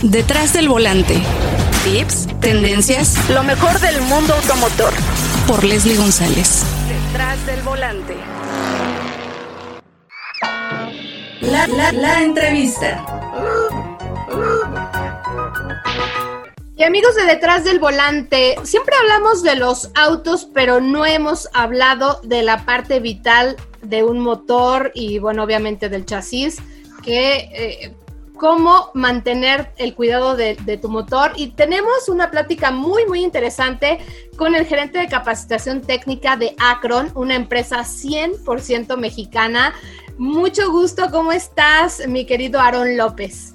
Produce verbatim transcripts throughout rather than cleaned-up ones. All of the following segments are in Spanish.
Detrás del volante. Tips, tendencias, lo mejor del mundo automotor. Por Leslie González. Detrás del volante. La, la, la entrevista. Y amigos de Detrás del Volante, siempre hablamos de los autos, pero no hemos hablado de la parte vital de un motor y, bueno, obviamente del chasis, que eh, cómo mantener el cuidado de, de tu motor. Y tenemos una plática muy, muy interesante con el gerente de capacitación técnica de Acron, una empresa cien por ciento mexicana. Mucho gusto, ¿cómo estás, mi querido Aarón López?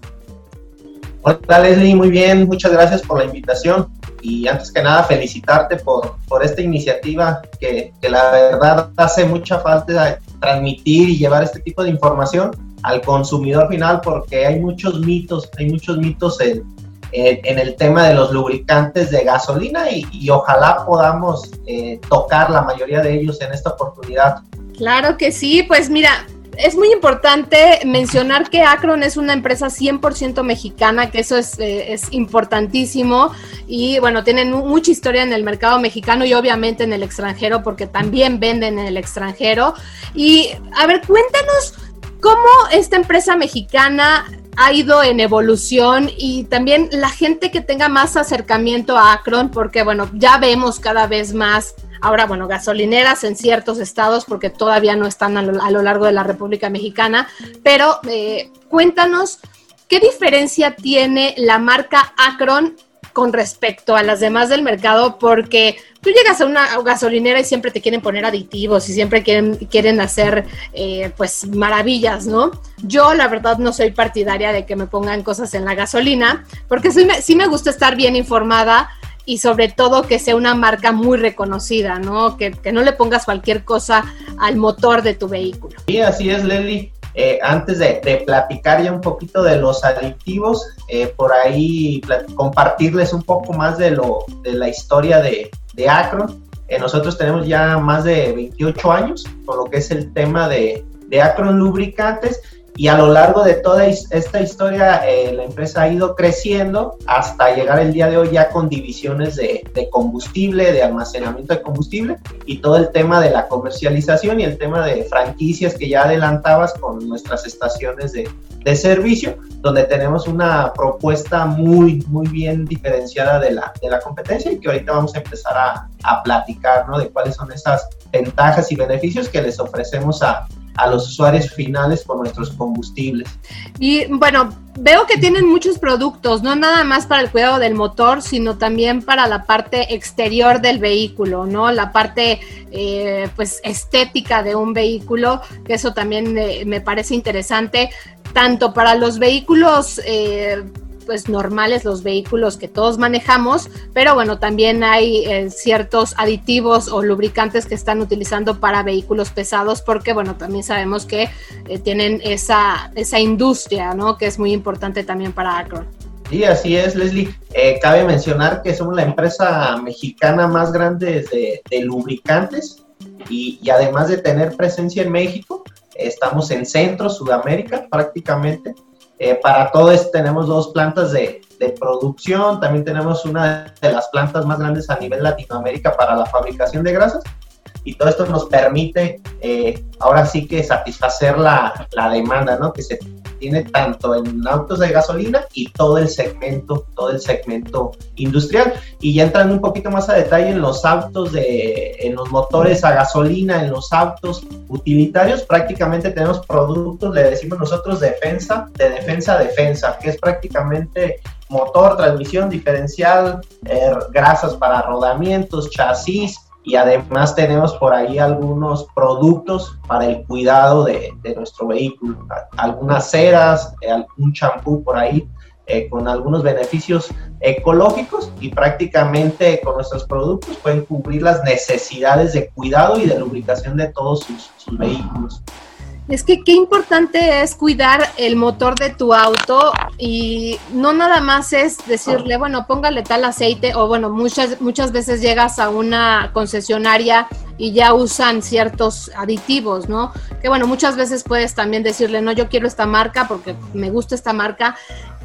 Hola Leslie, muy bien, muchas gracias por la invitación y antes que nada felicitarte por, por esta iniciativa que, que la verdad hace mucha falta transmitir y llevar este tipo de información al consumidor final porque hay muchos mitos, hay muchos mitos en, en, en el tema de los lubricantes de gasolina y, y ojalá podamos eh, tocar la mayoría de ellos en esta oportunidad. Claro que sí, pues mira, es muy importante mencionar que Acron es una empresa cien por ciento mexicana, que eso es, eh, es importantísimo y bueno, tienen mucha historia en el mercado mexicano y obviamente en el extranjero porque también venden en el extranjero. Y a ver, cuéntanos cómo esta empresa mexicana ha ido en evolución y también la gente que tenga más acercamiento a Acron, porque bueno, ya vemos cada vez más ahora, bueno, gasolineras en ciertos estados porque todavía no están a lo, a lo largo de la República Mexicana, pero eh, cuéntanos, ¿qué diferencia tiene la marca Acron con respecto a las demás del mercado? Porque tú llegas a una gasolinera y siempre te quieren poner aditivos y siempre quieren, quieren hacer, eh, pues, maravillas, ¿no? Yo, la verdad, no soy partidaria de que me pongan cosas en la gasolina, porque sí me, sí me gusta estar bien informada y sobre todo que sea una marca muy reconocida, ¿no? Que, que no le pongas cualquier cosa al motor de tu vehículo. Sí, así es, Leslie. Eh, antes de, de platicar ya un poquito de los aditivos, eh, por ahí plat- compartirles un poco más de, lo, de la historia de, de Acron. Eh, nosotros tenemos ya más de veintiocho años con lo que es el tema de, de Acron Lubricantes. Y a lo largo de toda esta historia, eh, la empresa ha ido creciendo hasta llegar el día de hoy ya con divisiones de, de combustible, de almacenamiento de combustible y todo el tema de la comercialización y el tema de franquicias que ya adelantabas con nuestras estaciones de, de servicio, donde tenemos una propuesta muy, muy bien diferenciada de la, de la competencia y que ahorita vamos a empezar a, a platicar, ¿no? De cuáles son esas ventajas y beneficios que les ofrecemos a a los usuarios finales con nuestros combustibles. Y bueno, veo que tienen muchos productos, no nada más para el cuidado del motor, sino también para la parte exterior del vehículo, ¿no? La parte, eh, pues, estética de un vehículo, que eso también eh, me parece interesante, tanto para los vehículos eh, pues normales, los vehículos que todos manejamos, pero bueno, también hay eh, ciertos aditivos o lubricantes que están utilizando para vehículos pesados, porque bueno, también sabemos que eh, tienen esa, esa industria, ¿no? Que es muy importante también para Acron. Sí, así es, Leslie. Eh, cabe mencionar que somos la empresa mexicana más grande de, de lubricantes y, y además de tener presencia en México, estamos en Centro, Sudamérica prácticamente. Eh, para todo esto tenemos dos plantas de, de producción, también tenemos una de las plantas más grandes a nivel Latinoamérica para la fabricación de grasas y todo esto nos permite eh, ahora sí que satisfacer la, la demanda, ¿no? Que se tiene tanto en autos de gasolina y todo el segmento, todo el segmento industrial. Y ya entrando un poquito más a detalle en los autos, de, en los motores a gasolina, en los autos utilitarios, prácticamente tenemos productos, le decimos nosotros defensa, de defensa a defensa, que es prácticamente motor, transmisión, diferencial, eh, grasas para rodamientos, chasis, y además tenemos por ahí algunos productos para el cuidado de, de nuestro vehículo, algunas ceras, algún champú por ahí eh, con algunos beneficios ecológicos y prácticamente con nuestros productos pueden cubrir las necesidades de cuidado y de lubricación de todos sus, sus vehículos. Es que qué importante es cuidar el motor de tu auto y no nada más es decirle, bueno, póngale tal aceite o bueno, muchas, muchas veces llegas a una concesionaria y ya usan ciertos aditivos, ¿no? Que bueno, muchas veces puedes también decirle, no, yo quiero esta marca porque me gusta esta marca.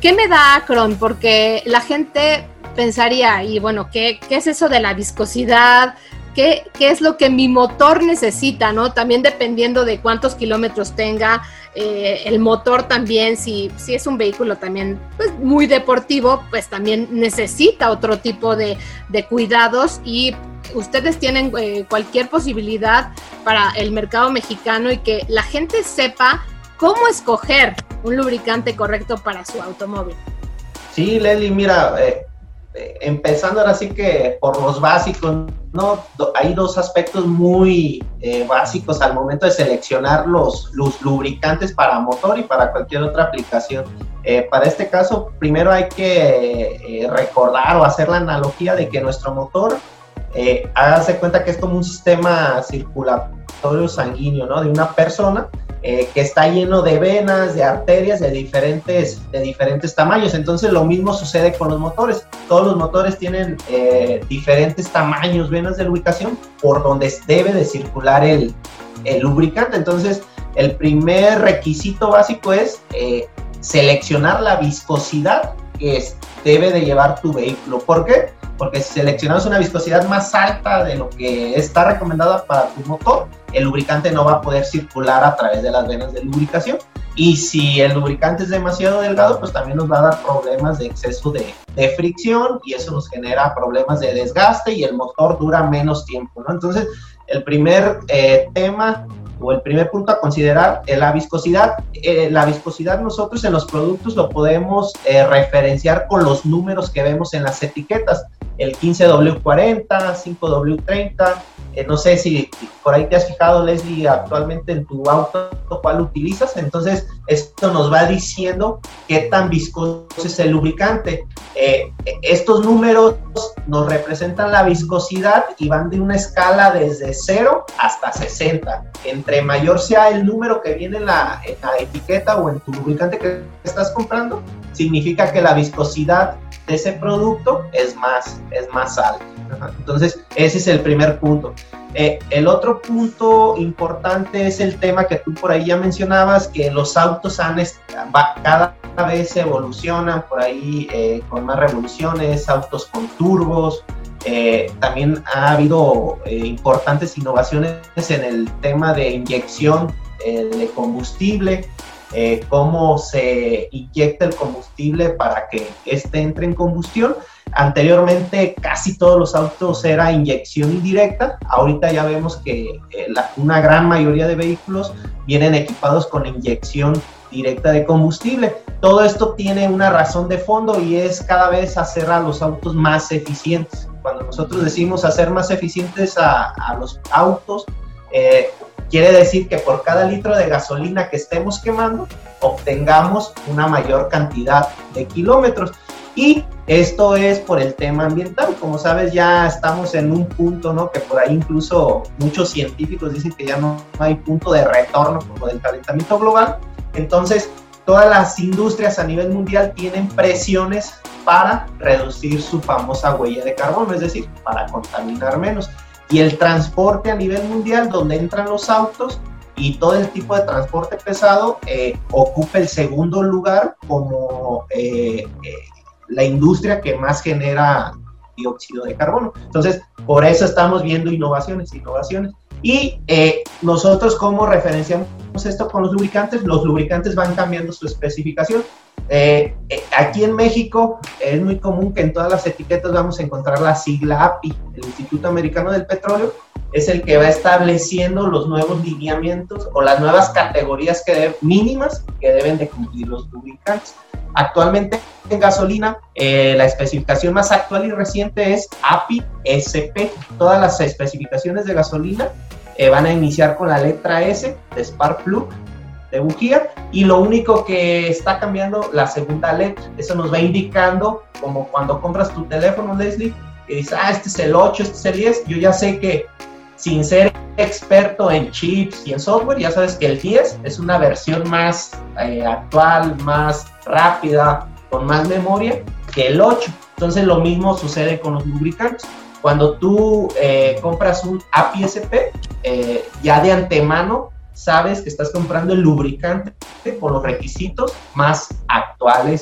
¿qué me da Acron? Porque la gente pensaría, y bueno, ¿qué, qué es eso de la viscosidad? ¿Qué, ¿Qué es lo que mi motor necesita, ¿no? También dependiendo de cuántos kilómetros tenga, eh, el motor también, si, si es un vehículo también pues, muy deportivo, pues también necesita otro tipo de, de cuidados, y ustedes tienen eh, cualquier posibilidad para el mercado mexicano y que la gente sepa cómo escoger un lubricante correcto para su automóvil. Sí, Leslie, mira, eh, eh, empezando ahora sí que por los básicos, ¿no? Do, hay dos aspectos muy eh, básicos al momento de seleccionar los, los lubricantes para motor y para cualquier otra aplicación. Eh, para este caso, primero hay que eh, recordar o hacer la analogía de que nuestro motor, eh, hágase cuenta que es como un sistema circulatorio sanguíneo, ¿no? De una persona eh, que está lleno de venas, de arterias de diferentes, de diferentes tamaños. Entonces lo mismo sucede con los motores. Todos los motores tienen eh, diferentes tamaños, venas de lubricación por donde debe de circular el, el lubricante. Entonces el primer requisito básico es eh, seleccionar la viscosidad que es, debe de llevar tu vehículo. ¿Por qué? Porque si seleccionamos una viscosidad más alta de lo que está recomendada para tu motor, el lubricante no va a poder circular a través de las venas de lubricación. Y si el lubricante es demasiado delgado, pues también nos va a dar problemas de exceso de, de fricción, y eso nos genera problemas de desgaste y el motor dura menos tiempo, ¿no? Entonces, el primer eh, tema o el primer punto a considerar es la viscosidad. Eh, la viscosidad nosotros en los productos lo podemos eh, referenciar con los números que vemos en las etiquetas. El quince W cuarenta, cinco W treinta, eh, no sé si por ahí te has fijado, Leslie, actualmente en tu auto cuál utilizas. Entonces esto nos va diciendo qué tan viscoso es el lubricante. Eh, estos números nos representan la viscosidad y van de una escala desde cero hasta sesenta. Entre mayor sea el número que viene en la, en la etiqueta o en tu lubricante que estás comprando, significa que la viscosidad de ese producto es más, es más alta. Entonces, ese es el primer punto. Eh, el otro punto importante es el tema que tú por ahí ya mencionabas, que los autos han va, cada vez evolucionan por ahí eh, con más revoluciones, autos con turbos. Eh, también ha habido eh, importantes innovaciones en el tema de inyección eh, de combustible. Eh, cómo se inyecta el combustible para que éste entre en combustión. Anteriormente casi todos los autos era inyección indirecta, ahorita ya vemos que eh, la, una gran mayoría de vehículos vienen equipados con inyección directa de combustible. Todo esto tiene una razón de fondo y es cada vez hacer a los autos más eficientes. Cuando nosotros decimos hacer más eficientes a, a los autos, eh, quiere decir que por cada litro de gasolina que estemos quemando, obtengamos una mayor cantidad de kilómetros. Y esto es por el tema ambiental. Como sabes, ya estamos en un punto, ¿no? Que por ahí incluso muchos científicos dicen que ya no hay punto de retorno por lo del calentamiento global. Entonces, todas las industrias a nivel mundial tienen presiones para reducir su famosa huella de carbono, es decir, para contaminar menos. Y el transporte a nivel mundial, donde entran los autos y todo el tipo de transporte pesado, eh, ocupa el segundo lugar como eh, eh, la industria que más genera dióxido de carbono. Entonces, por eso estamos viendo innovaciones, innovaciones. Y eh, nosotros, ¿cómo referenciamos esto con los lubricantes? Los lubricantes van cambiando su especificación. Eh, eh, aquí en México es muy común que en todas las etiquetas vamos a encontrar la sigla A P I. El Instituto Americano del Petróleo es el que va estableciendo los nuevos lineamientos o las nuevas categorías que de, mínimas que deben de cumplir los lubricantes. Actualmente en gasolina, eh, la especificación más actual y reciente es A P I S P. Todas las especificaciones de gasolina eh, van a iniciar con la letra S de Spark Plug, de bujía, y lo único que está cambiando la segunda letra. Eso nos va indicando, como cuando compras tu teléfono, Leslie, que dices, ah, este es el ocho, este es el diez. Yo ya sé que sin ser experto en chips y en software, ya sabes que el diez es una versión más eh, actual, más rápida, con más memoria que el ocho. Entonces lo mismo sucede con los lubricantes. Cuando tú eh, compras un A P I S P, eh, ya de antemano sabes que estás comprando el lubricante con los requisitos más actuales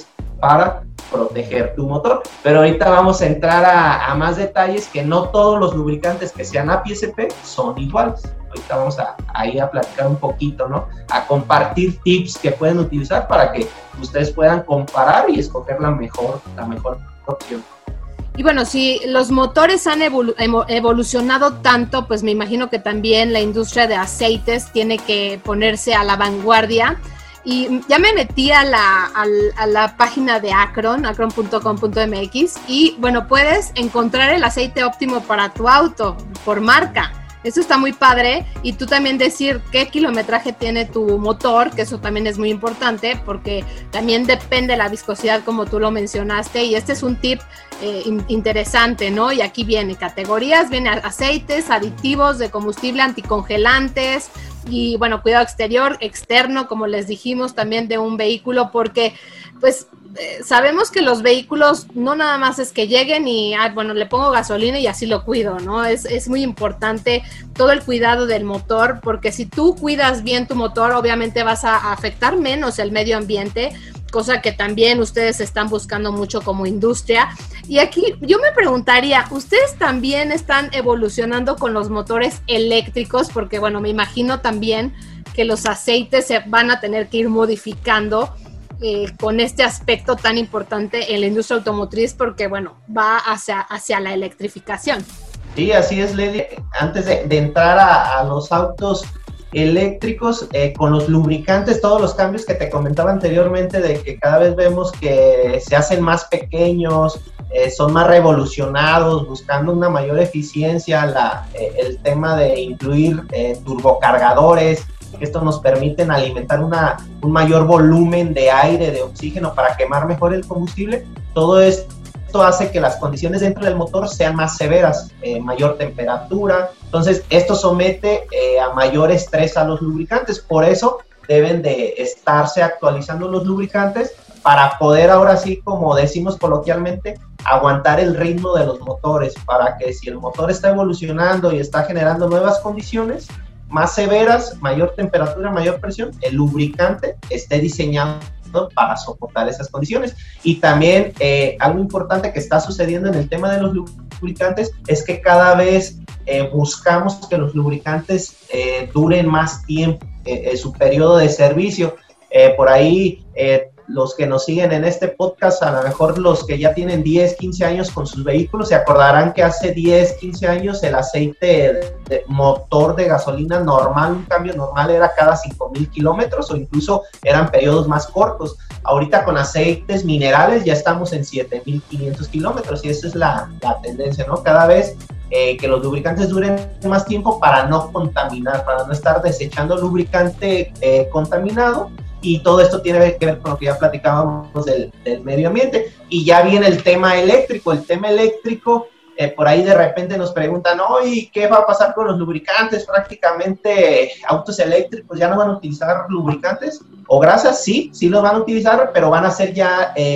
para proteger tu motor. Pero ahorita vamos a entrar a, a más detalles, que no todos los lubricantes que sean A P I S P son iguales. Ahorita vamos a, a ir a platicar un poquito, ¿no? A compartir tips que pueden utilizar para que ustedes puedan comparar y escoger la mejor, la mejor opción. Y bueno, si los motores han evolu- evolucionado tanto, pues me imagino que también la industria de aceites tiene que ponerse a la vanguardia. Y ya me metí a la, a, a la página de Acron, acron punto com punto m x, y bueno, puedes encontrar el aceite óptimo para tu auto por marca. Eso está muy padre, y tú también decir qué kilometraje tiene tu motor, que eso también es muy importante, porque también depende de la viscosidad, como tú lo mencionaste, y este es un tip eh, in- interesante, ¿no? Y aquí viene categorías, viene aceites, aditivos de combustible, anticongelantes, y bueno, cuidado exterior, externo, como les dijimos, también de un vehículo, porque pues eh, sabemos que los vehículos no nada más es que lleguen y, ah, bueno, le pongo gasolina y así lo cuido, ¿no? Es, es muy importante todo el cuidado del motor, porque si tú cuidas bien tu motor, obviamente vas a afectar menos el medio ambiente, cosa que también ustedes están buscando mucho como industria. Y aquí yo me preguntaría, ¿ustedes también están evolucionando con los motores eléctricos? Porque bueno, me imagino también que los aceites se van a tener que ir modificando eh, con este aspecto tan importante en la industria automotriz, porque bueno, va hacia, hacia la electrificación. Sí, así es, Lady. Antes de, de entrar a, a los autos eléctricos, eh, con los lubricantes, todos los cambios que te comentaba anteriormente, de que cada vez vemos que se hacen más pequeños, eh, son más revolucionados, buscando una mayor eficiencia, la, eh, el tema de incluir eh, turbocargadores, que esto nos permiten alimentar una, un mayor volumen de aire, de oxígeno, para quemar mejor el combustible. Todo esto Esto hace que las condiciones dentro del motor sean más severas, eh, mayor temperatura. Entonces, esto somete eh, a mayor estrés a los lubricantes. Por eso deben de estarse actualizando los lubricantes para poder, ahora sí, como decimos coloquialmente, aguantar el ritmo de los motores, para que si el motor está evolucionando y está generando nuevas condiciones más severas, mayor temperatura, mayor presión, el lubricante esté diseñado para soportar esas condiciones. Y también eh, algo importante que está sucediendo en el tema de los lubricantes es que cada vez eh, buscamos que los lubricantes eh, duren más tiempo, eh, eh, su periodo de servicio. Eh, por ahí eh, los que nos siguen en este podcast, a lo mejor los que ya tienen diez, quince años con sus vehículos, se acordarán que hace diez, quince años el aceite de, de motor de gasolina normal, un cambio normal era cada cinco mil kilómetros, o incluso eran periodos más cortos. Ahorita con aceites minerales ya estamos en siete mil quinientos kilómetros, y esa es la, la tendencia, ¿no? Cada vez eh, que los lubricantes duren más tiempo para no contaminar, para no estar desechando lubricante eh, contaminado. Y todo esto tiene que ver con lo que ya platicábamos del, del medio ambiente. Y ya viene el tema eléctrico. El tema eléctrico, eh, por ahí de repente nos preguntan, oye, ¿qué va a pasar con los lubricantes? Prácticamente autos eléctricos ya no van a utilizar lubricantes o grasas. Sí, sí los van a utilizar, pero van a ser ya eh,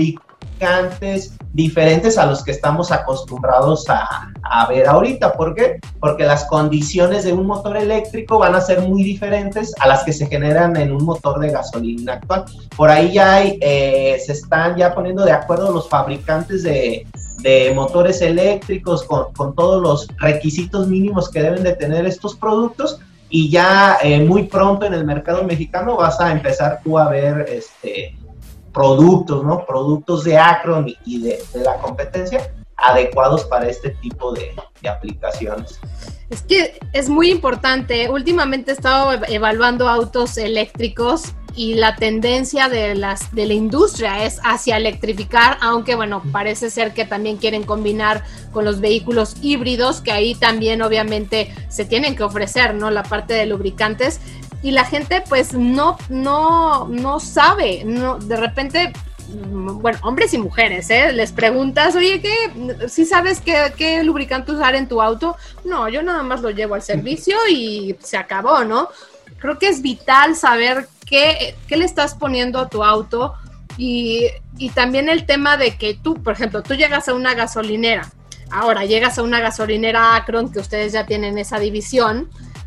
lubricantes diferentes a los que estamos acostumbrados a, a ver ahorita. ¿Por qué? Porque las condiciones de un motor eléctrico van a ser muy diferentes a las que se generan en un motor de gasolina actual. Por ahí ya hay, eh, se están ya poniendo de acuerdo los fabricantes de, de motores eléctricos con, con todos los requisitos mínimos que deben de tener estos productos, y ya eh, muy pronto en el mercado mexicano vas a empezar tú a ver este productos, ¿no? Productos de Acron y de, de la competencia adecuados para este tipo de, de aplicaciones. Es que es muy importante. Últimamente he estado evaluando autos eléctricos y la tendencia de, las, de la industria es hacia electrificar, aunque bueno, parece ser que también quieren combinar con los vehículos híbridos, que ahí también obviamente se tienen que ofrecer, ¿no? La parte de lubricantes. Y la gente pues no, no, no sabe, no, de repente, bueno, hombres y mujeres, ¿eh? Les preguntas, oye, ¿qué? ¿Sí sabes qué, qué lubricante usar en tu auto? No, yo nada más lo llevo al servicio y se acabó, ¿no? Creo que es vital saber qué, qué le estás poniendo a tu auto, y, y también el tema de que tú, por ejemplo, tú llegas a una gasolinera, ahora llegas a una gasolinera Acron, que ustedes ya tienen esa división,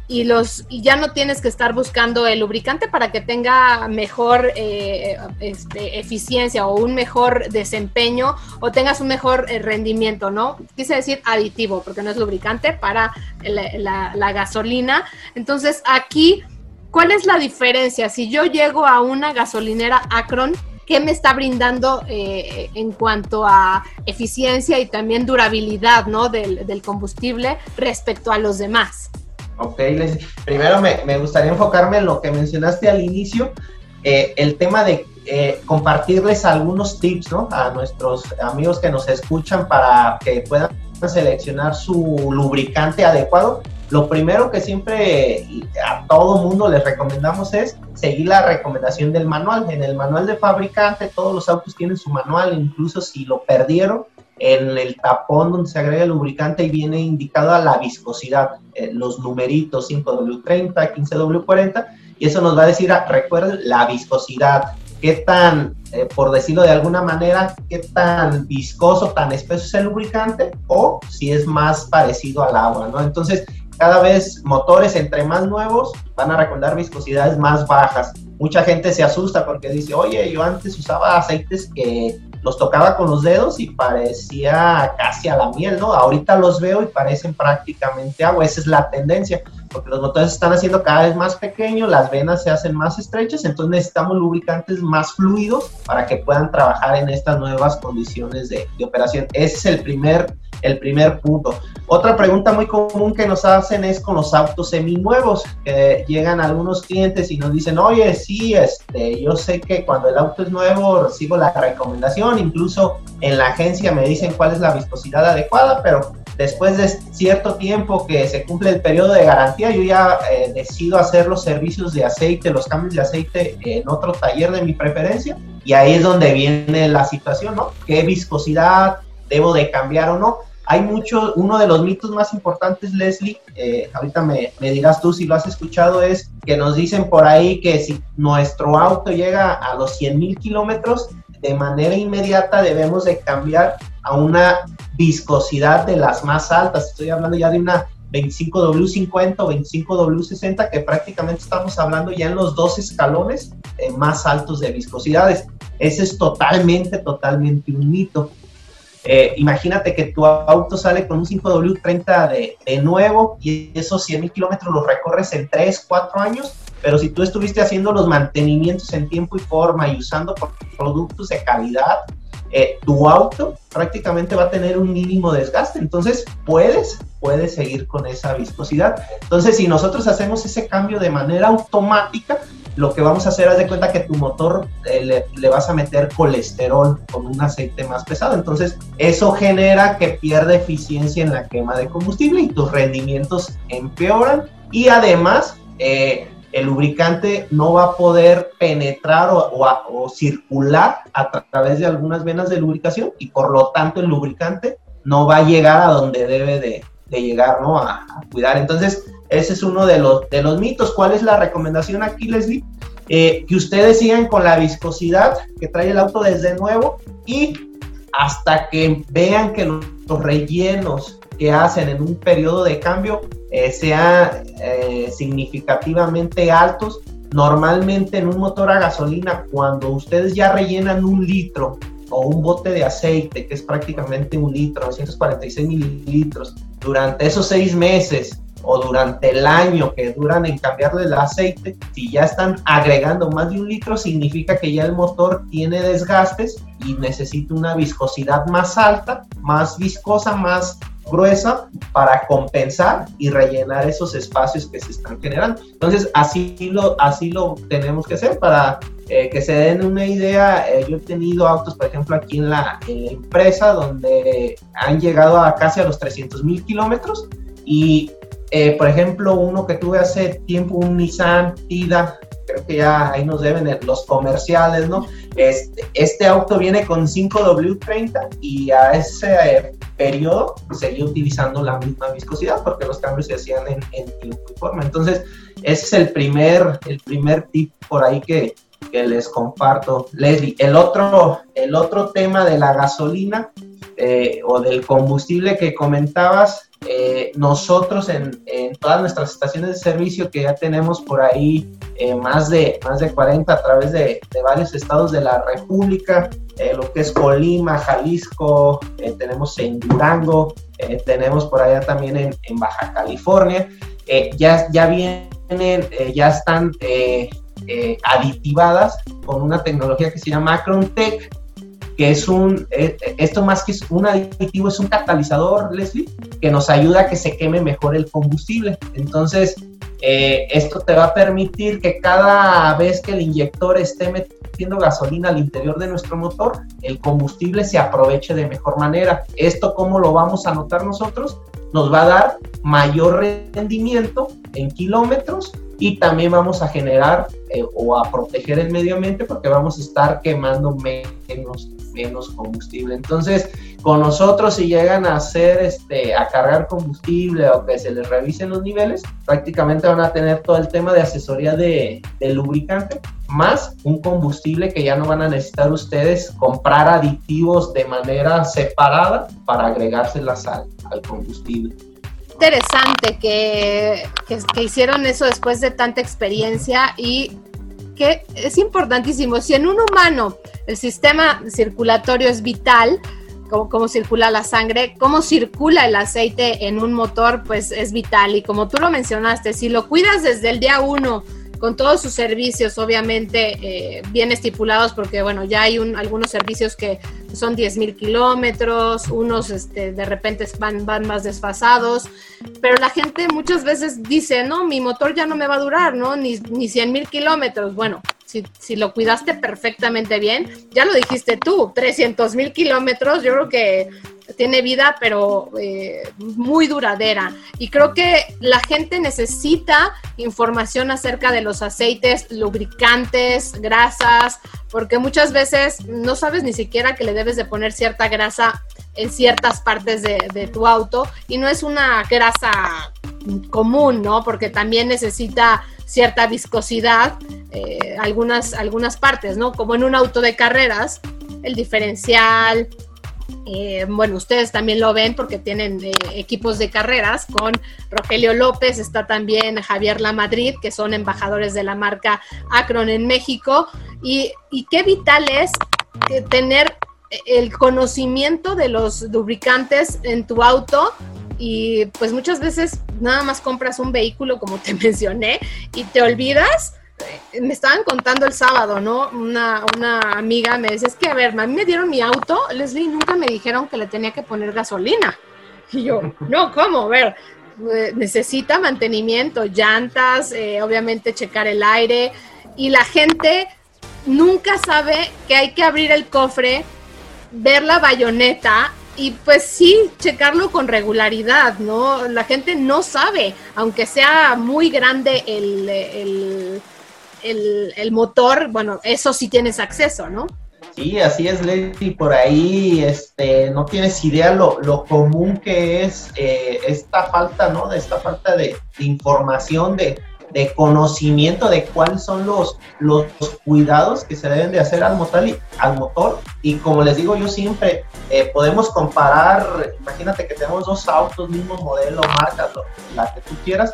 y los y ya no tienes que estar buscando el lubricante para que tenga mejor eh, este, eficiencia o un mejor desempeño o tengas un mejor eh, rendimiento, ¿no? Quise decir aditivo porque no es lubricante para la, la, la gasolina. Entonces aquí, ¿cuál es la diferencia? Si yo llego a una gasolinera Acron, ¿qué me está brindando eh, en cuanto a eficiencia y también durabilidad, ¿no? del, del combustible respecto a los demás? Ok, Leslie. Primero me, me gustaría enfocarme en lo que mencionaste al inicio, eh, el tema de eh, compartirles algunos tips, ¿no? A nuestros amigos que nos escuchan para que puedan seleccionar su lubricante adecuado. Lo primero que siempre a todo mundo les recomendamos es seguir la recomendación del manual. En el manual de fabricante, todos los autos tienen su manual, incluso si lo perdieron, en el tapón donde se agrega el lubricante y viene indicada la viscosidad, eh, los numeritos cinco doble treinta, quince doble cuarenta, y eso nos va a decir, recuerden, la viscosidad, qué tan, eh, por decirlo de alguna manera, qué tan viscoso, tan espeso es el lubricante, o si es más parecido al agua, ¿no? Entonces, cada vez motores entre más nuevos van a recomendar viscosidades más bajas. Mucha gente se asusta porque dice, oye, yo antes usaba aceites que los tocaba con los dedos y parecía casi a la miel, ¿no? Ahorita los veo y parecen prácticamente agua. Esa es la tendencia, porque los motores se están haciendo cada vez más pequeños, las venas se hacen más estrechas, entonces necesitamos lubricantes más fluidos para que puedan trabajar en estas nuevas condiciones de, de operación. Ese es el primer, el primer punto. Otra pregunta muy común que nos hacen es con los autos seminuevos, que llegan algunos clientes y nos dicen, oye, sí, este, yo sé que cuando el auto es nuevo recibo la recomendación, incluso en la agencia me dicen cuál es la viscosidad adecuada, pero después de cierto tiempo que se cumple el periodo de garantía, yo ya eh, decido hacer los servicios de aceite, los cambios de aceite en otro taller de mi preferencia, y ahí es donde viene la situación, ¿no? ¿Qué viscosidad debo de cambiar o no? Hay mucho, uno de los mitos más importantes, Leslie, eh, ahorita me, me dirás tú si lo has escuchado, es que nos dicen por ahí que si nuestro auto llega a los cien mil kilómetros, de manera inmediata debemos de cambiar a una viscosidad de las más altas. Estoy hablando ya de una veinticinco doble cincuenta o veinticinco doble sesenta, que prácticamente estamos hablando ya en los dos escalones eh, más altos de viscosidades. Ese es totalmente, totalmente un mito. Eh, imagínate que tu auto sale con un cinco doble treinta de, de nuevo y esos cien mil kilómetros los recorres en tres, cuatro años, pero si tú estuviste haciendo los mantenimientos en tiempo y forma y usando productos de calidad, eh, tu auto prácticamente va a tener un mínimo desgaste, entonces puedes, puedes seguir con esa viscosidad. Entonces, si nosotros hacemos ese cambio de manera automática, lo que vamos a hacer es de cuenta que tu motor eh, le, le vas a meter colesterol con un aceite más pesado, entonces eso genera que pierde eficiencia en la quema de combustible y tus rendimientos empeoran, y además eh, el lubricante no va a poder penetrar o, o, a, o circular a tra- través de algunas venas de lubricación, y por lo tanto el lubricante no va a llegar a donde debe de, de llegar, ¿no? A, a cuidar. Entonces, ese es uno de los, de los mitos. ¿Cuál es la recomendación aquí, Leslie? Eh, que ustedes sigan con la viscosidad que trae el auto desde nuevo, y hasta que vean que los, los rellenos que hacen en un periodo de cambio eh, sean eh, significativamente altos. Normalmente en un motor a gasolina, cuando ustedes ya rellenan un litro o un bote de aceite, que es prácticamente un litro, novecientos cuarenta y seis mililitros, durante esos seis meses o durante el año que duran en cambiarle el aceite, si ya están agregando más de un litro, significa que ya el motor tiene desgastes y necesita una viscosidad más alta, más viscosa, más gruesa, para compensar y rellenar esos espacios que se están generando. Entonces, así lo, así lo tenemos que hacer. Para eh, que se den una idea, eh, yo he tenido autos, por ejemplo, aquí en la, en la empresa, donde han llegado a casi a los trescientos mil kilómetros, y eh, por ejemplo, uno que tuve hace tiempo, un Nissan Tida, creo que ya ahí nos deben los comerciales, ¿no? Este, este auto viene con cinco doble treinta y a ese eh, periodo seguía utilizando la misma viscosidad porque los cambios se hacían en, en tiempo y forma. Entonces, ese es el primer, el primer tip por ahí que, que les comparto, Leslie. El otro, el otro tema de la gasolina eh, o del combustible que comentabas eh, nosotros en, en todas nuestras estaciones de servicio, que ya tenemos por ahí eh, más, de, más de cuarenta a través de, de varios estados de la República, eh, lo que es Colima, Jalisco, eh, tenemos en Durango, eh, tenemos por allá también en, en Baja California, eh, ya, ya vienen, eh, ya están eh, eh, aditivadas con una tecnología que se llama AcronTech, que es un, eh, esto más que es un aditivo, es un catalizador, Leslie, que nos ayuda a que se queme mejor el combustible. Entonces, eh, esto te va a permitir que cada vez que el inyector esté metiendo gasolina al interior de nuestro motor, el combustible se aproveche de mejor manera. ¿Esto cómo lo vamos a notar nosotros? Nos va a dar mayor rendimiento en kilómetros y también vamos a generar eh, o a proteger el medio ambiente porque vamos a estar quemando menos, menos combustible. Entonces, con nosotros si llegan a hacer, este, a cargar combustible o que se les revisen los niveles, prácticamente van a tener todo el tema de asesoría de, de lubricante, más un combustible que ya no van a necesitar ustedes comprar aditivos de manera separada para agregárselas al, al combustible. Interesante que, que, que hicieron eso después de tanta experiencia y que es importantísimo. Si en un humano el sistema circulatorio es vital, como cómo circula la sangre, cómo circula el aceite en un motor, pues es vital. Y como tú lo mencionaste, si lo cuidas desde el día uno, con todos sus servicios, obviamente, eh, bien estipulados, porque, bueno, ya hay un, algunos servicios que son diez mil kilómetros, unos este, de repente van, van más desfasados, pero la gente muchas veces dice, no, mi motor ya no me va a durar, ¿no? Ni, ni cien mil kilómetros. Bueno, si, si lo cuidaste perfectamente bien, ya lo dijiste tú, trescientos mil kilómetros, yo creo que tiene vida, pero eh, muy duradera. Y creo que la gente necesita información acerca de los aceites, lubricantes, grasas, porque muchas veces no sabes ni siquiera que le debes de poner cierta grasa en ciertas partes de, de tu auto, y no es una grasa común, ¿no? Porque también necesita cierta viscosidad, eh, algunas, algunas partes, ¿no? Como en un auto de carreras, el diferencial. Eh, bueno, ustedes también lo ven porque tienen eh, equipos de carreras con Rogelio López, está también Javier Lamadrid, que son embajadores de la marca Acron en México, y, y qué vital es eh, tener el conocimiento de los lubricantes en tu auto. Y pues muchas veces nada más compras un vehículo, como te mencioné, y te olvidas. Me estaban contando el sábado, ¿no? Una, una amiga me decía, es que a ver, a mí me dieron mi auto, Leslie, nunca me dijeron que le tenía que poner gasolina. Y yo, no, ¿cómo? A ver, eh, necesita mantenimiento, llantas, eh, obviamente checar el aire, y la gente nunca sabe que hay que abrir el cofre, ver la bayoneta y pues sí, checarlo con regularidad, ¿no? La gente no sabe, aunque sea muy grande el... el El, el motor, bueno, eso sí tienes acceso, ¿no? Sí, así es, Leslie, por ahí este, no tienes idea lo, lo común que es eh, esta falta, ¿no? De esta falta de, de información, de, de conocimiento de cuáles son los, los cuidados que se deben de hacer al motor y, al motor. Y como les digo yo siempre, eh, podemos comparar, imagínate que tenemos dos autos, mismo modelo, marca, la que tú quieras,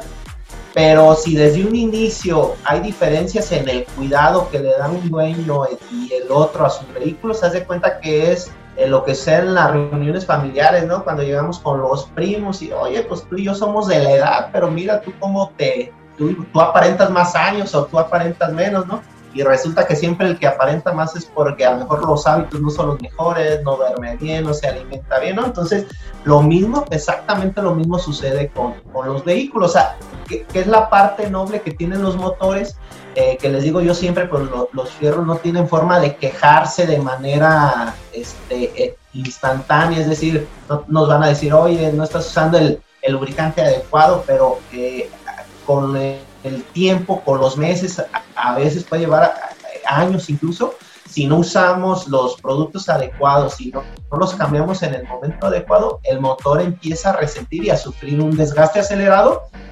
pero si desde un inicio hay diferencias en el cuidado que le da un dueño y el otro a sus vehículos, se hace cuenta que es eh, lo que sea en las reuniones familiares, ¿no? Cuando llegamos con los primos y, oye, pues tú y yo somos de la edad, pero mira tú cómo te, tú, tú aparentas más años o tú aparentas menos, ¿no? Y resulta que siempre el que aparenta más es porque a lo mejor los hábitos no son los mejores, no duerme bien, no se alimenta bien, ¿no? Entonces, lo mismo, exactamente lo mismo sucede con, con los vehículos. O sea, que, que es la parte noble que tienen los motores, eh, que les digo yo siempre, pues lo, los fierros no tienen forma de quejarse de manera este, eh, instantánea, es decir, no nos van a decir, oye, no estás usando el, el lubricante adecuado, pero eh, con el, el tiempo, con los meses, a, a veces puede llevar a, a años incluso, si no usamos los productos adecuados, si no, no los cambiamos en el momento adecuado, el motor empieza a resentir y a sufrir un desgaste acelerado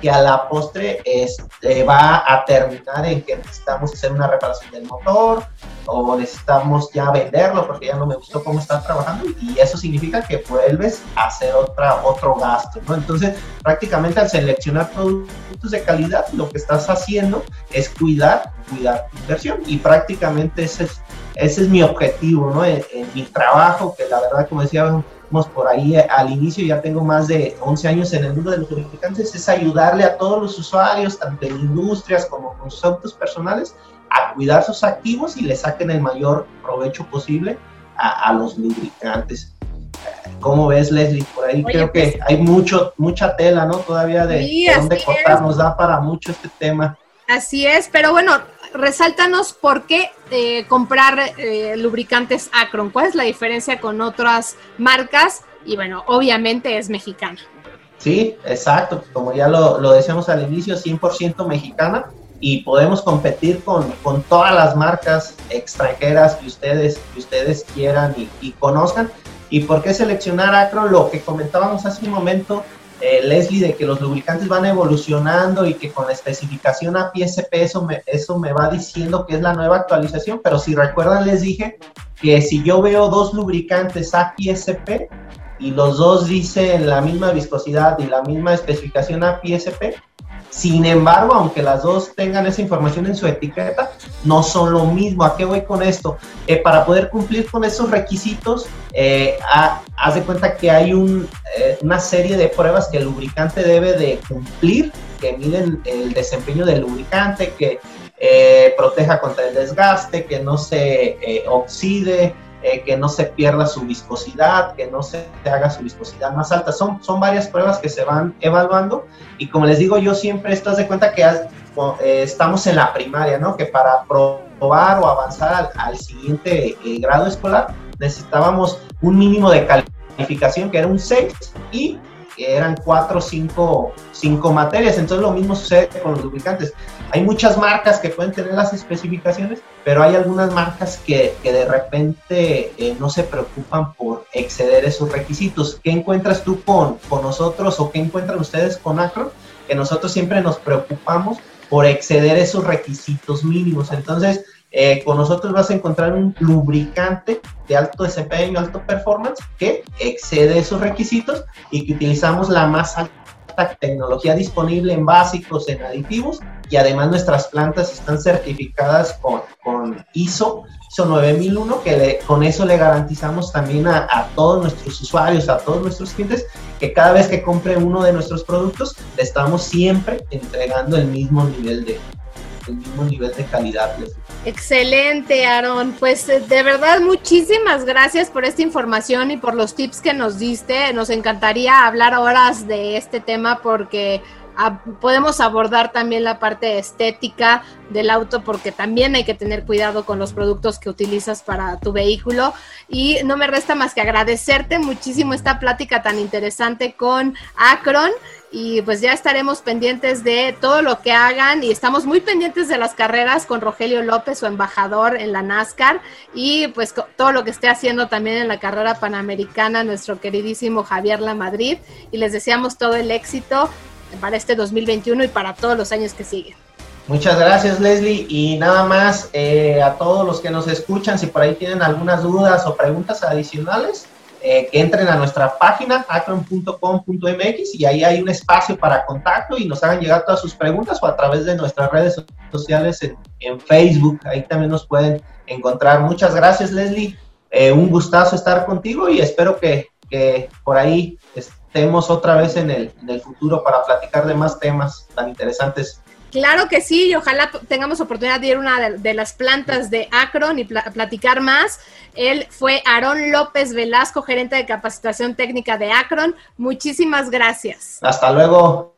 que a la postre este, va a terminar en que necesitamos hacer una reparación del motor o necesitamos ya venderlo porque ya no me gustó cómo está trabajando, y eso significa que vuelves a hacer otra, otro gasto, ¿no? Entonces, prácticamente al seleccionar productos de calidad, lo que estás haciendo es cuidar, cuidar tu inversión, y prácticamente ese es, ese es mi objetivo, ¿no? En, en mi trabajo, que la verdad, como decíamos por ahí al inicio, ya tengo más de once años en el mundo de los lubricantes, es ayudarle a todos los usuarios, tanto en industrias como con sus autos personales, a cuidar sus activos y le saquen el mayor provecho posible a, a los lubricantes. ¿Cómo ves, Leslie? Por ahí Oye, creo pues, que hay mucho, mucha tela, ¿no? Todavía de, sí, de dónde cortar, es. Nos da para mucho este tema. Así es, pero bueno, resáltanos por qué eh, comprar eh, lubricantes Acron. ¿Cuál es la diferencia con otras marcas? Y bueno, obviamente es mexicana. Sí, exacto. Como ya lo, lo decíamos al inicio, cien por ciento mexicana, y podemos competir con, con todas las marcas extranjeras que ustedes, que ustedes quieran y, y conozcan. ¿Y por qué seleccionar Acron? Lo que comentábamos hace un momento, Eh, Leslie, de que los lubricantes van evolucionando y que con la especificación A P S P eso me, eso me va diciendo que es la nueva actualización, pero si recuerdan les dije que si yo veo dos lubricantes A P S P y los dos dicen la misma viscosidad y la misma especificación A P S P, sin embargo, aunque las dos tengan esa información en su etiqueta, no son lo mismo. ¿A qué voy con esto? Eh, para poder cumplir con esos requisitos, eh, ha, haz de cuenta que hay un, eh, una serie de pruebas que el lubricante debe de cumplir, que miden el desempeño del lubricante, que eh, proteja contra el desgaste, que no se eh, oxide, Eh, que no se pierda su viscosidad, que no se haga su viscosidad más alta. Son, son varias pruebas que se van evaluando, y como les digo, yo siempre esto de cuenta que has, eh, estamos en la primaria, ¿no? Que para probar o avanzar al, al siguiente eh, grado escolar necesitábamos un mínimo de calificación que era un seis, y que eran cuatro o cinco, cinco materias. Entonces lo mismo sucede con los lubricantes. Hay muchas marcas que pueden tener las especificaciones, pero hay algunas marcas que, que de repente eh, no se preocupan por exceder esos requisitos. ¿Qué encuentras tú con, con nosotros, o qué encuentran ustedes con Acron? Que nosotros siempre nos preocupamos por exceder esos requisitos mínimos. Entonces, eh, con nosotros vas a encontrar un lubricante de alto desempeño, alto performance, que excede esos requisitos y que utilizamos la más alta tecnología disponible en básicos, en aditivos, y además nuestras plantas están certificadas con, con I S O, I S O nueve mil uno, que le, con eso le garantizamos también a, a todos nuestros usuarios, a todos nuestros clientes, que cada vez que compren uno de nuestros productos, le estamos siempre entregando el mismo nivel de, el mismo nivel de calidad. Excelente, Aaron. Pues de verdad, muchísimas gracias por esta información y por los tips que nos diste. Nos encantaría hablar horas de este tema porque a, podemos abordar también la parte estética del auto, porque también hay que tener cuidado con los productos que utilizas para tu vehículo. Y no me resta más que agradecerte muchísimo esta plática tan interesante con Acron. Y pues ya estaremos pendientes de todo lo que hagan, y estamos muy pendientes de las carreras con Rogelio López, su embajador en la NASCAR, y pues todo lo que esté haciendo también en la carrera panamericana nuestro queridísimo Javier Lamadrid, y les deseamos todo el éxito para este dos mil veintiuno y para todos los años que siguen. Muchas gracias, Leslie, y nada más eh, a todos los que nos escuchan, si por ahí tienen algunas dudas o preguntas adicionales, Eh, que entren a nuestra página acron punto com punto m x, y ahí hay un espacio para contacto y nos hagan llegar todas sus preguntas, o a través de nuestras redes sociales en, en Facebook, ahí también nos pueden encontrar. Muchas gracias, Leslie, eh, un gustazo estar contigo, y espero que, que por ahí estemos otra vez en el, en el futuro para platicar de más temas tan interesantes. Claro que sí, y ojalá tengamos oportunidad de ir a una de, de las plantas de Acron y pl- platicar más. Él fue Aarón López Velasco, gerente de capacitación técnica de Acron. Muchísimas gracias. Hasta luego.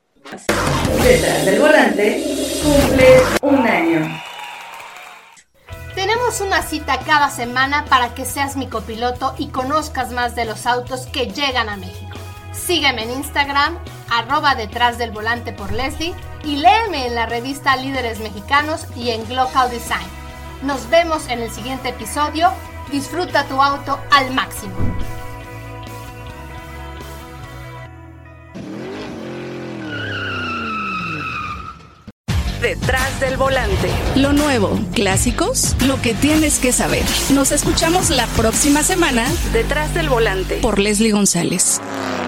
Detrás del volante cumple un año. Tenemos una cita cada semana para que seas mi copiloto y conozcas más de los autos que llegan a México. Sígueme en Instagram, arroba detrás del volante por Leslie, y léeme en la revista Líderes Mexicanos y en Glocal Design. Nos vemos en el siguiente episodio. Disfruta tu auto al máximo. Detrás del Volante. Lo nuevo, clásicos, lo que tienes que saber. Nos escuchamos la próxima semana. Detrás del Volante. Por Leslie González.